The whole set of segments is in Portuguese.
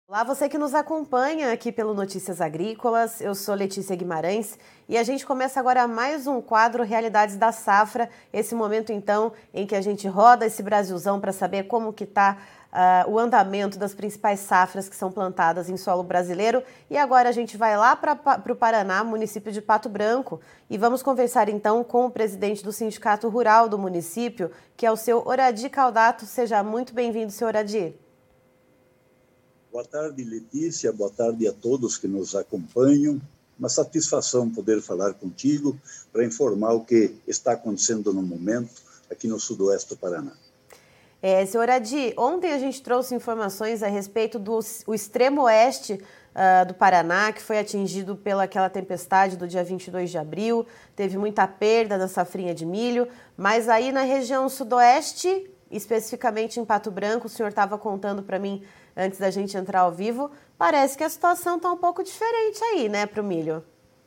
Olá, você que nos acompanha aqui pelo Notícias Agrícolas, eu sou Letícia Guimarães e a gente começa agora mais um quadro Realidades da Safra, esse momento então em que a gente roda esse Brasilzão para saber como que está o andamento das principais safras que são plantadas em solo brasileiro. E agora a gente vai lá para o Paraná, município de Pato Branco, e vamos conversar então com o presidente do Sindicato Rural do município, que é o seu Oradi Caldato. Seja muito bem-vindo, seu Oradi. Boa tarde, Letícia. Boa tarde a todos que nos acompanham. Uma satisfação poder falar contigo para informar o que está acontecendo no momento aqui no sudoeste do Paraná. Senhor Oradi, ontem a gente trouxe informações a respeito do extremo oeste do Paraná, que foi atingido pelaquela tempestade do dia 22 de abril. Teve muita perda da safrinha de milho, mas aí na região sudoeste, especificamente em Pato Branco, o senhor estava contando para mim antes da gente entrar ao vivo, parece que a situação está um pouco diferente aí, né, para o milho.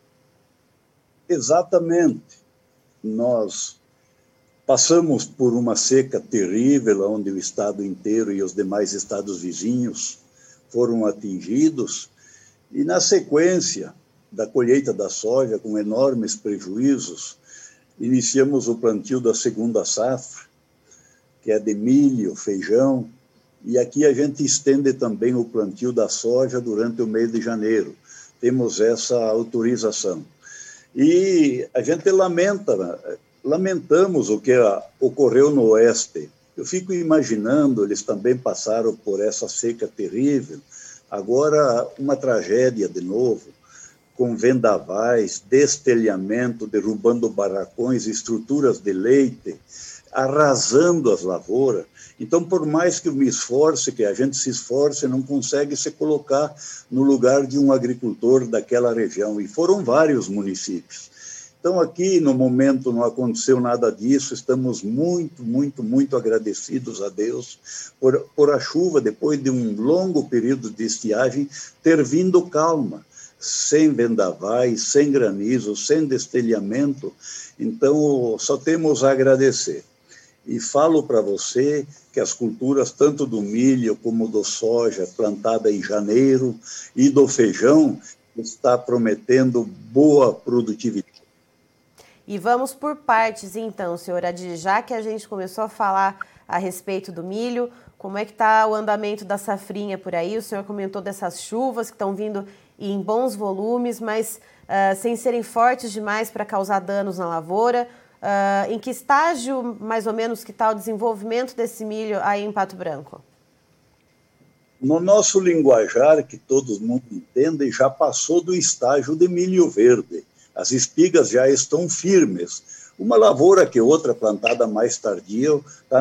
Exatamente. Nós passamos por uma seca terrível, onde o estado inteiro e os demais estados vizinhos foram atingidos, e na sequência da colheita da soja, com enormes prejuízos, iniciamos o plantio da segunda safra, que é de milho, feijão, e aqui a gente estende também o plantio da soja durante o mês de janeiro. Temos essa autorização. E a gente lamentamos o que ocorreu no oeste. Eu fico imaginando, eles também passaram por essa seca terrível. Agora, uma tragédia de novo, com vendavais, destelhamento, derrubando barracões, estruturas de leite, arrasando as lavouras. Então, por mais que eu me esforce, que a gente se esforce, não consegue se colocar no lugar de um agricultor daquela região. E foram vários municípios. Então, aqui, no momento, não aconteceu nada disso. Estamos muito, muito, muito agradecidos a Deus por a chuva, depois de um longo período de estiagem, ter vindo calma, sem vendavais, sem granizo, sem destelhamento. Então, só temos a agradecer. E falo para você que as culturas, tanto do milho como do soja, plantada em janeiro, e do feijão, está prometendo boa produtividade. E vamos por partes, então, senhor Oradi, já que a gente começou a falar a respeito do milho, como é que está o andamento da safrinha por aí? O senhor comentou dessas chuvas que estão vindo em bons volumes, mas sem serem fortes demais para causar danos na lavoura. Em que estágio, mais ou menos, que está o desenvolvimento desse milho aí em Pato Branco? No nosso linguajar, que todo mundo entende, já passou do estágio de milho verde. As espigas já estão firmes. Uma lavoura que outra, plantada mais tardia, está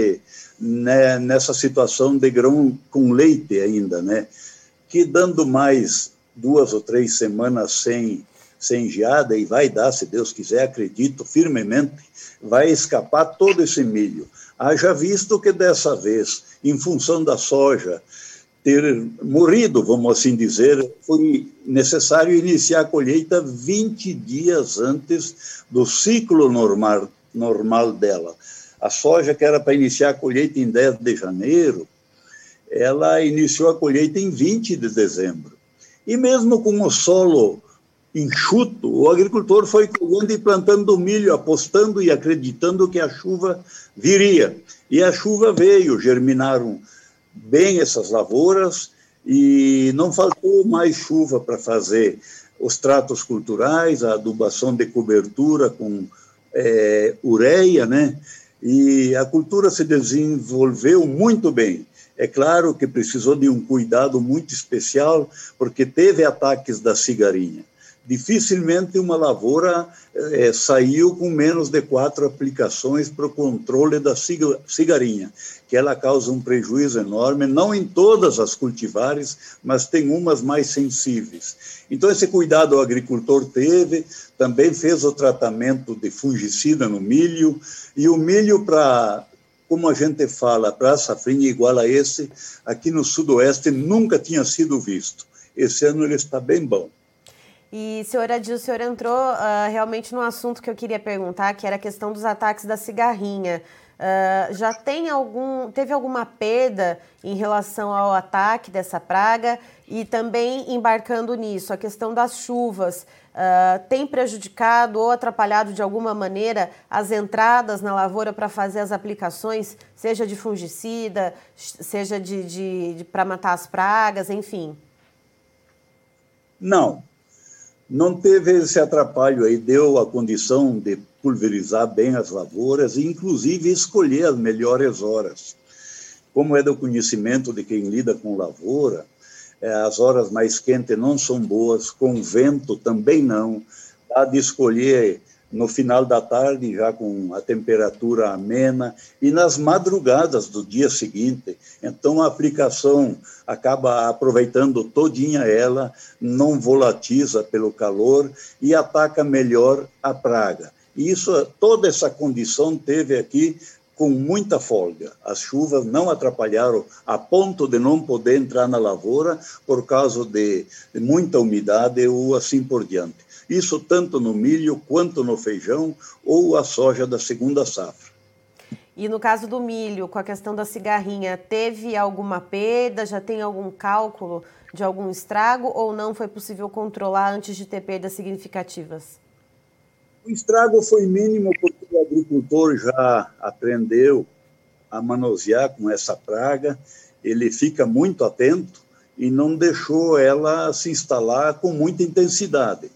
nessa situação de grão com leite ainda, né? Que dando mais 2 ou 3 semanas sem geada, e vai dar, se Deus quiser, acredito firmemente, vai escapar todo esse milho. Haja visto que dessa vez, em função da soja ter morrido, vamos assim dizer, foi necessário iniciar a colheita 20 dias antes do ciclo normal dela. A soja, que era para iniciar a colheita em 10 de janeiro, ela iniciou a colheita em 20 de dezembro. E mesmo com o solo enxuto, o agricultor foi colhendo e plantando milho, apostando e acreditando que a chuva viria. E a chuva veio, germinaram bem essas lavouras e não faltou mais chuva para fazer os tratos culturais, a adubação de cobertura com ureia, né? E a cultura se desenvolveu muito bem. É claro que precisou de um cuidado muito especial, porque teve ataques da cigarinha. Dificilmente uma lavoura saiu com menos de 4 aplicações para o controle da cigarinha, que ela causa um prejuízo enorme, não em todas as cultivares, mas tem umas mais sensíveis. Então, esse cuidado o agricultor teve, também fez o tratamento de fungicida no milho, e o milho, como a gente fala, para a safrinha igual a esse, aqui no sudoeste nunca tinha sido visto. Esse ano ele está bem bom. E, senhor Adil, o senhor entrou realmente num assunto que eu queria perguntar, que era a questão dos ataques da cigarrinha. teve alguma perda em relação ao ataque dessa praga? E também embarcando nisso, a questão das chuvas tem prejudicado ou atrapalhado de alguma maneira as entradas na lavoura para fazer as aplicações, seja de fungicida, seja para matar as pragas, enfim? Não teve esse atrapalho aí, deu a condição de pulverizar bem as lavouras e, inclusive, escolher as melhores horas. Como é do conhecimento de quem lida com lavoura, as horas mais quentes não são boas, com vento também não. Há de escolher no final da tarde, já com a temperatura amena, e nas madrugadas do dia seguinte. Então, a aplicação acaba aproveitando todinha ela, não volatiza pelo calor e ataca melhor a praga. E toda essa condição teve aqui com muita folga. As chuvas não atrapalharam a ponto de não poder entrar na lavoura por causa de muita umidade ou assim por diante. Isso tanto no milho quanto no feijão ou a soja da segunda safra. E no caso do milho, com a questão da cigarrinha, teve alguma perda? Já tem algum cálculo de algum estrago ou não foi possível controlar antes de ter perdas significativas? O estrago foi mínimo porque o agricultor já aprendeu a manusear com essa praga, ele fica muito atento e não deixou ela se instalar com muita intensidade,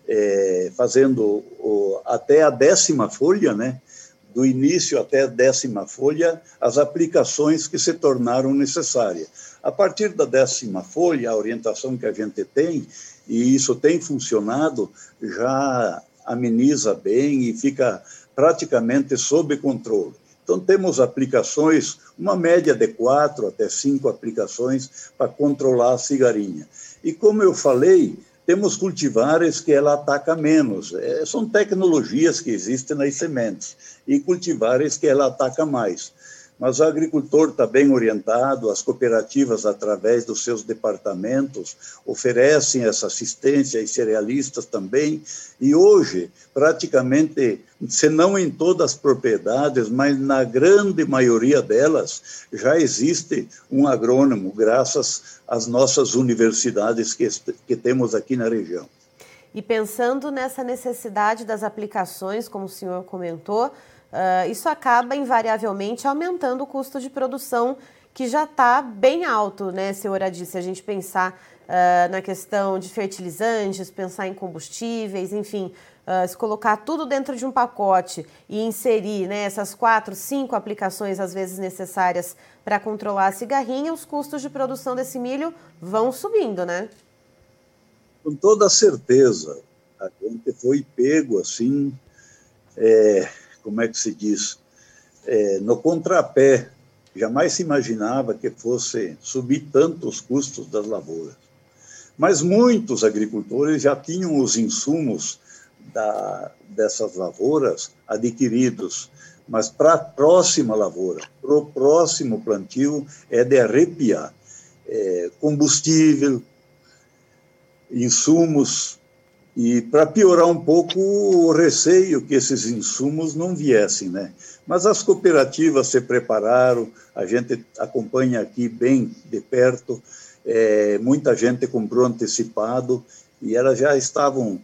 fazendo até a 10ª folha, né? Do início até a 10ª folha, as aplicações que se tornaram necessárias. A partir da 10ª folha, a orientação que a gente tem, e isso tem funcionado, já ameniza bem e fica praticamente sob controle. Então, temos aplicações, uma média de 4 até 5 aplicações para controlar a cigarrinha. E, como eu falei, temos cultivares que ela ataca menos. São tecnologias que existem nas sementes. E cultivares que ela ataca mais. Mas o agricultor está bem orientado, as cooperativas, através dos seus departamentos, oferecem essa assistência, e cerealistas também, e hoje, praticamente, se não em todas as propriedades, mas na grande maioria delas, já existe um agrônomo, graças às nossas universidades que temos aqui na região. E pensando nessa necessidade das aplicações, como o senhor comentou, isso acaba invariavelmente aumentando o custo de produção, que já está bem alto, né, senhor Adi? Se a gente pensar na questão de fertilizantes, pensar em combustíveis, enfim, se colocar tudo dentro de um pacote e inserir, né, essas 4, 5 aplicações, às vezes necessárias para controlar a cigarrinha, os custos de produção desse milho vão subindo, né? Com toda certeza. A gente foi pego, assim, como é que se diz, no contrapé. Jamais se imaginava que fosse subir tanto os custos das lavouras. Mas muitos agricultores já tinham os insumos dessas lavouras adquiridos, mas para a próxima lavoura, para o próximo plantio, é de arrepiar. Combustível, insumos, e para piorar um pouco o receio que esses insumos não viessem, né? Mas as cooperativas se prepararam, a gente acompanha aqui bem de perto, muita gente comprou antecipado e elas já estavam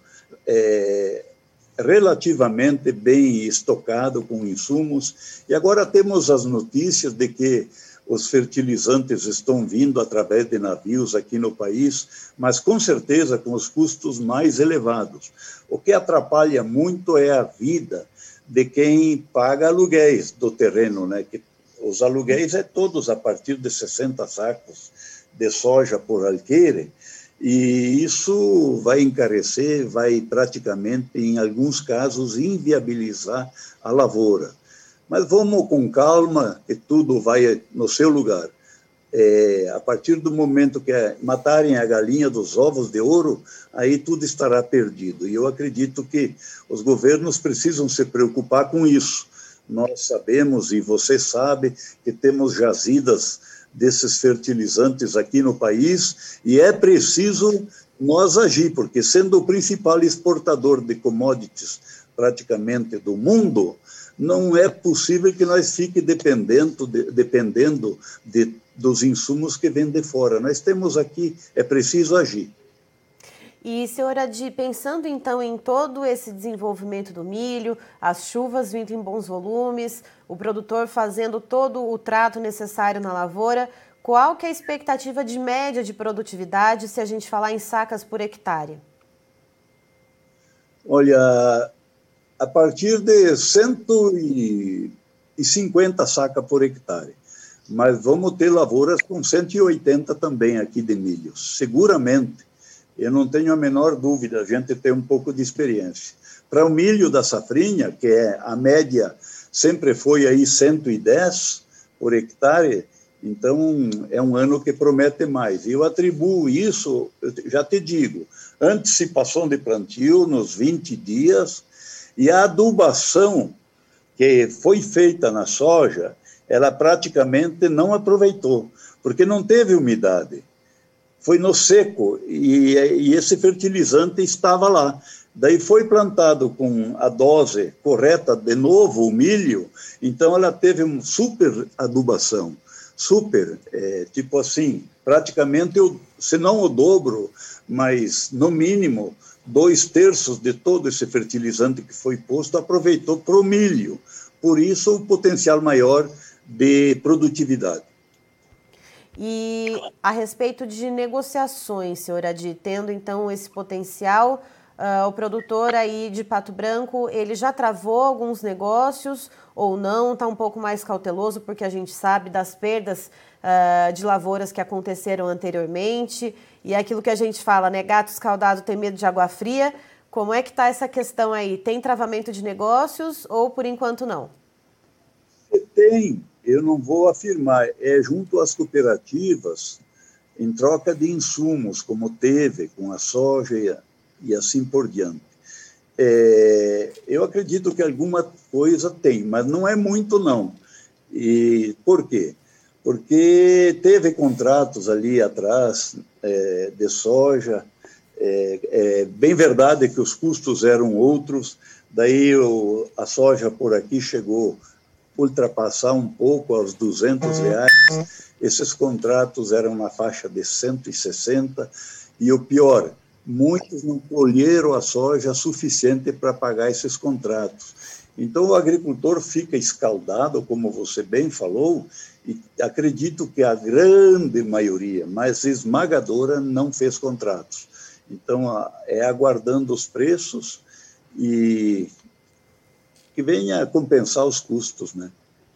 relativamente bem estocadas com insumos, e agora temos as notícias de que os fertilizantes estão vindo através de navios aqui no país, mas com certeza com os custos mais elevados. O que atrapalha muito é a vida de quem paga aluguéis do terreno, né? Que os aluguéis todos a partir de 60 sacos de soja por alqueire, e isso vai encarecer, vai praticamente, em alguns casos, inviabilizar a lavoura. Mas vamos com calma, que tudo vai no seu lugar. A partir do momento que matarem a galinha dos ovos de ouro, aí tudo estará perdido. E eu acredito que os governos precisam se preocupar com isso. Nós sabemos, e você sabe, que temos jazidas desses fertilizantes aqui no país, e é preciso nós agir, porque sendo o principal exportador de commodities praticamente do mundo, não é possível que nós fique dependendo dos insumos que vêm de fora. Nós temos aqui, é preciso agir. E, senhor Adi, pensando então em todo esse desenvolvimento do milho, as chuvas vindo em bons volumes, o produtor fazendo todo o trato necessário na lavoura, qual que é a expectativa de média de produtividade se a gente falar em sacas por hectare? Olha, a partir de 150 sacas por hectare, mas vamos ter lavouras com 180 também aqui de milho, seguramente. Eu não tenho a menor dúvida, a gente tem um pouco de experiência. Para o milho da safrinha, que é a média, sempre foi aí 110 por hectare, então é um ano que promete mais. E eu atribuo isso, eu já te digo, antecipação de plantio nos 20 dias e a adubação que foi feita na soja, ela praticamente não aproveitou, porque não teve umidade. Foi no seco e esse fertilizante estava lá. Daí foi plantado com a dose correta, de novo, o milho, então ela teve uma super adubação, tipo assim, praticamente, se não o dobro, mas no mínimo 2/3 de todo esse fertilizante que foi posto aproveitou para o milho. Por isso, o potencial maior de produtividade. E a respeito de negociações, senhor Adi, tendo então esse potencial, o produtor aí de Pato Branco, ele já travou alguns negócios ou não? Está um pouco mais cauteloso porque a gente sabe das perdas de lavouras que aconteceram anteriormente e aquilo que a gente fala, né? Gato escaldado tem medo de água fria. Como é que está essa questão aí? Tem travamento de negócios ou por enquanto não? Tem. Eu não vou afirmar, é junto às cooperativas, em troca de insumos, como teve com a soja e assim por diante. Eu acredito que alguma coisa tem, mas não é muito, não. E por quê? Porque teve contratos ali atrás de soja, bem verdade que os custos eram outros, daí a soja por aqui chegou ultrapassar um pouco aos R$ 200. Esses contratos eram na faixa de 160, e o pior, muitos não colheram a soja suficiente para pagar esses contratos. Então, o agricultor fica escaldado, como você bem falou, e acredito que a grande maioria, mas esmagadora, não fez contratos. Então, é aguardando os preços e que venha compensar os custos, né?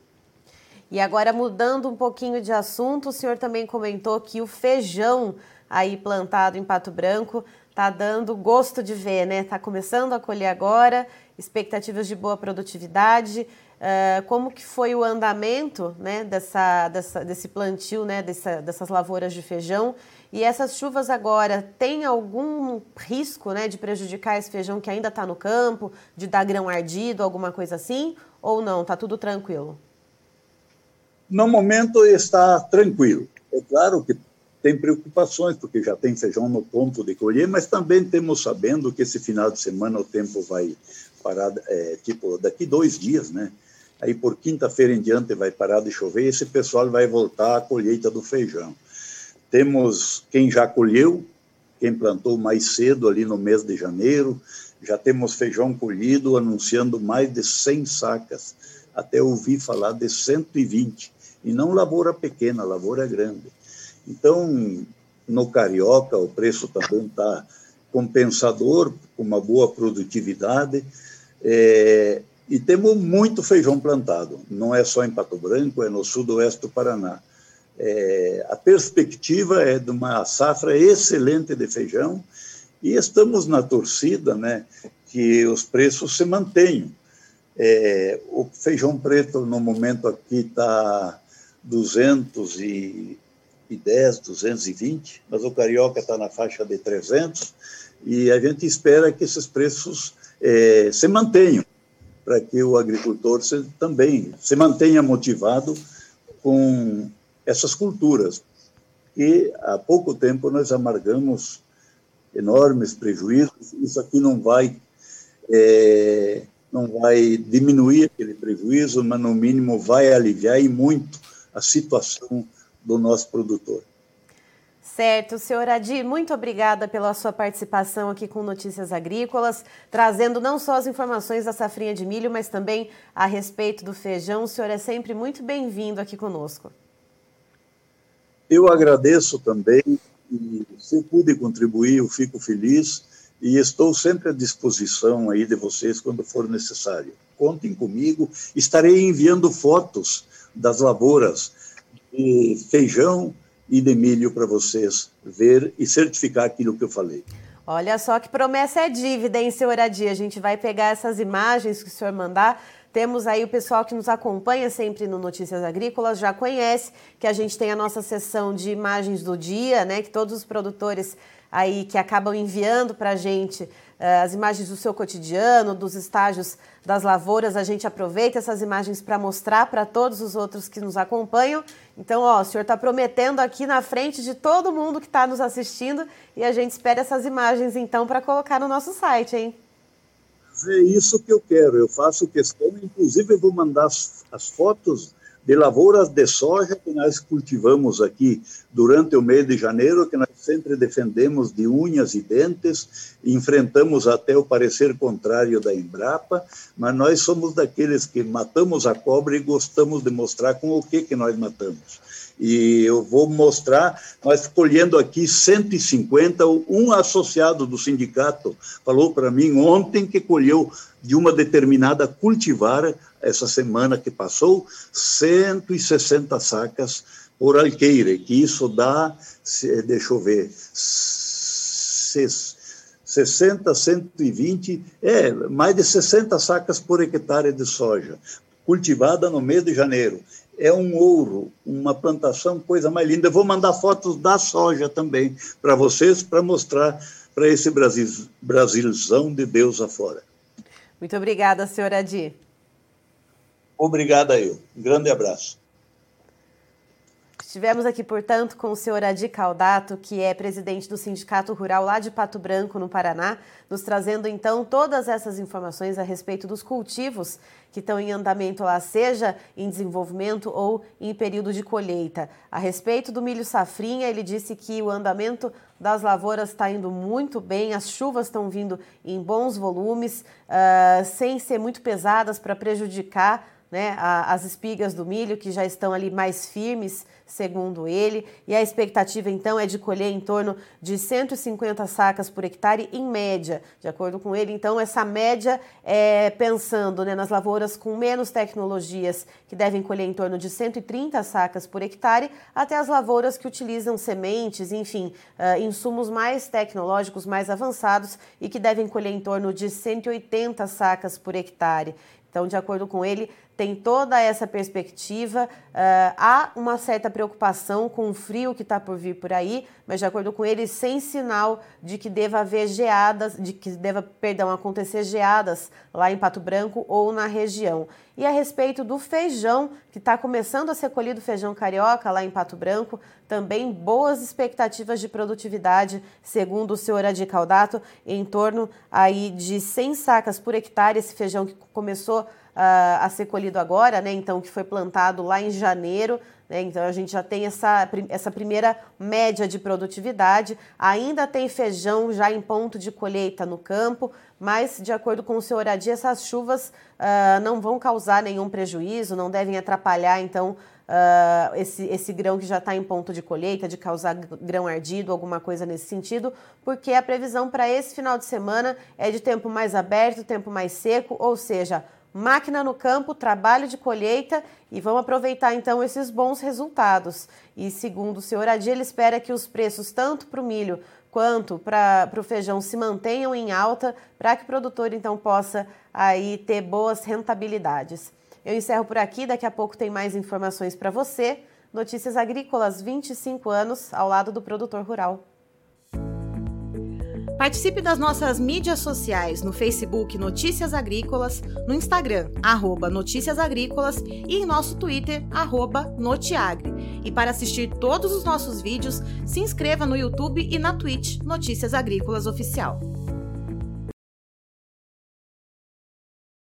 E agora, mudando um pouquinho de assunto, o senhor também comentou que o feijão aí plantado em Pato Branco está dando gosto de ver, né? Está começando a colher agora, expectativas de boa produtividade. Como que foi o andamento, né, desse plantio, né, dessas lavouras de feijão? E essas chuvas agora, tem algum risco, né, de prejudicar esse feijão que ainda está no campo, de dar grão ardido, alguma coisa assim? Ou não, está tudo tranquilo? No momento está tranquilo. É claro que tem preocupações, porque já tem feijão no ponto de colher, mas também temos sabendo que esse final de semana o tempo vai parar, tipo, daqui 2 dias, né? Aí por quinta-feira em diante vai parar de chover e esse pessoal vai voltar à colheita do feijão. Temos quem já colheu, quem plantou mais cedo ali no mês de janeiro, já temos feijão colhido anunciando mais de 100 sacas, até ouvi falar de 120, e não lavoura pequena, lavoura grande. Então, no Carioca, o preço também está compensador, com uma boa produtividade, e temos muito feijão plantado, não é só em Pato Branco, é no sudoeste do Paraná. A perspectiva é de uma safra excelente de feijão e estamos na torcida, né, que os preços se mantenham. O feijão preto, no momento aqui, está 210, 220, mas o carioca está na faixa de 300, e a gente espera que esses preços se mantenham, para que o agricultor também se mantenha motivado com essas culturas. E há pouco tempo nós amargamos enormes prejuízos, isso aqui não vai não vai diminuir aquele prejuízo, mas no mínimo vai aliviar e muito a situação do nosso produtor. Certo, senhor Adi, muito obrigada pela sua participação aqui com Notícias Agrícolas, trazendo não só as informações da safrinha de milho, mas também a respeito do feijão. O senhor é sempre muito bem-vindo aqui conosco. Eu agradeço também, e se eu pude contribuir, eu fico feliz e estou sempre à disposição aí de vocês quando for necessário. Contem comigo, estarei enviando fotos das lavouras de feijão e de milho para vocês ver e certificar aquilo que eu falei. Olha só que promessa é dívida, hein, senhor Adi? A gente vai pegar essas imagens que o senhor mandar. Temos aí o pessoal que nos acompanha sempre no Notícias Agrícolas, já conhece que a gente tem a nossa sessão de imagens do dia, né? Que todos os produtores aí que acabam enviando para a gente as imagens do seu cotidiano, dos estágios das lavouras, a gente aproveita essas imagens para mostrar para todos os outros que nos acompanham. Então, ó, o senhor está prometendo aqui na frente de todo mundo que está nos assistindo e a gente espera essas imagens, então, para colocar no nosso site, hein? É isso que eu quero, eu faço questão, inclusive eu vou mandar as fotos de lavouras de soja que nós cultivamos aqui durante o mês de janeiro, que nós sempre defendemos de unhas e dentes, enfrentamos até o parecer contrário da Embrapa, mas nós somos daqueles que matamos a cobra e gostamos de mostrar com o que nós matamos. E eu vou mostrar, nós colhendo aqui 150, um associado do sindicato falou para mim ontem que colheu de uma determinada cultivar, essa semana que passou, 160 sacas por alqueire, que isso dá, deixa eu ver, 60, 120, mais de 60 sacas por hectare de soja, cultivada no mês de janeiro. É um ouro, uma plantação, coisa mais linda. Eu vou mandar fotos da soja também para vocês, para mostrar para esse Brasilzão de Deus afora. Muito obrigada, senhor Adi. Obrigado eu. Um grande abraço. Estivemos aqui, portanto, com o senhor Adi Caldato, que é presidente do Sindicato Rural lá de Pato Branco, no Paraná, nos trazendo, então, todas essas informações a respeito dos cultivos que estão em andamento lá, seja em desenvolvimento ou em período de colheita. A respeito do milho safrinha, ele disse que o andamento das lavouras está indo muito bem, as chuvas estão vindo em bons volumes, sem ser muito pesadas para prejudicar, né, as espigas do milho, que já estão ali mais firmes, segundo ele, e a expectativa, então, é de colher em torno de 150 sacas por hectare, em média. De acordo com ele, então, essa média é pensando, né, nas lavouras com menos tecnologias, que devem colher em torno de 130 sacas por hectare, até as lavouras que utilizam sementes, enfim, insumos mais tecnológicos, mais avançados, e que devem colher em torno de 180 sacas por hectare. Então, de acordo com ele, tem toda essa perspectiva, há uma certa preocupação com o frio que está por vir por aí, mas de acordo com ele, sem sinal de que deva haver geadas, acontecer geadas lá em Pato Branco ou na região. E a respeito do feijão, que está começando a ser colhido, feijão carioca lá em Pato Branco, também boas expectativas de produtividade, segundo o senhor Adi Caldato, em torno aí de 100 sacas por hectare, esse feijão que começou a ser colhido agora, né? Então, que foi plantado lá em janeiro, né? Então a gente já tem essa primeira média de produtividade. Ainda tem feijão já em ponto de colheita no campo, mas, de acordo com o senhor Adi, essas chuvas não vão causar nenhum prejuízo, não devem atrapalhar, então, esse grão que já está em ponto de colheita, de causar grão ardido, alguma coisa nesse sentido, porque a previsão para esse final de semana é de tempo mais aberto, tempo mais seco, ou seja, máquina no campo, trabalho de colheita, e vamos aproveitar então esses bons resultados. E segundo o senhor Adi, ele espera que os preços tanto para o milho quanto para o feijão se mantenham em alta, para que o produtor então possa aí ter boas rentabilidades. Eu encerro por aqui, daqui a pouco tem mais informações para você. Notícias Agrícolas, 25 anos ao lado do produtor rural. Participe das nossas mídias sociais no Facebook Notícias Agrícolas, no Instagram, @Notícias Agrícolas e em nosso Twitter, @Notiagre. E para assistir todos os nossos vídeos, se inscreva no YouTube e na Twitch Notícias Agrícolas Oficial.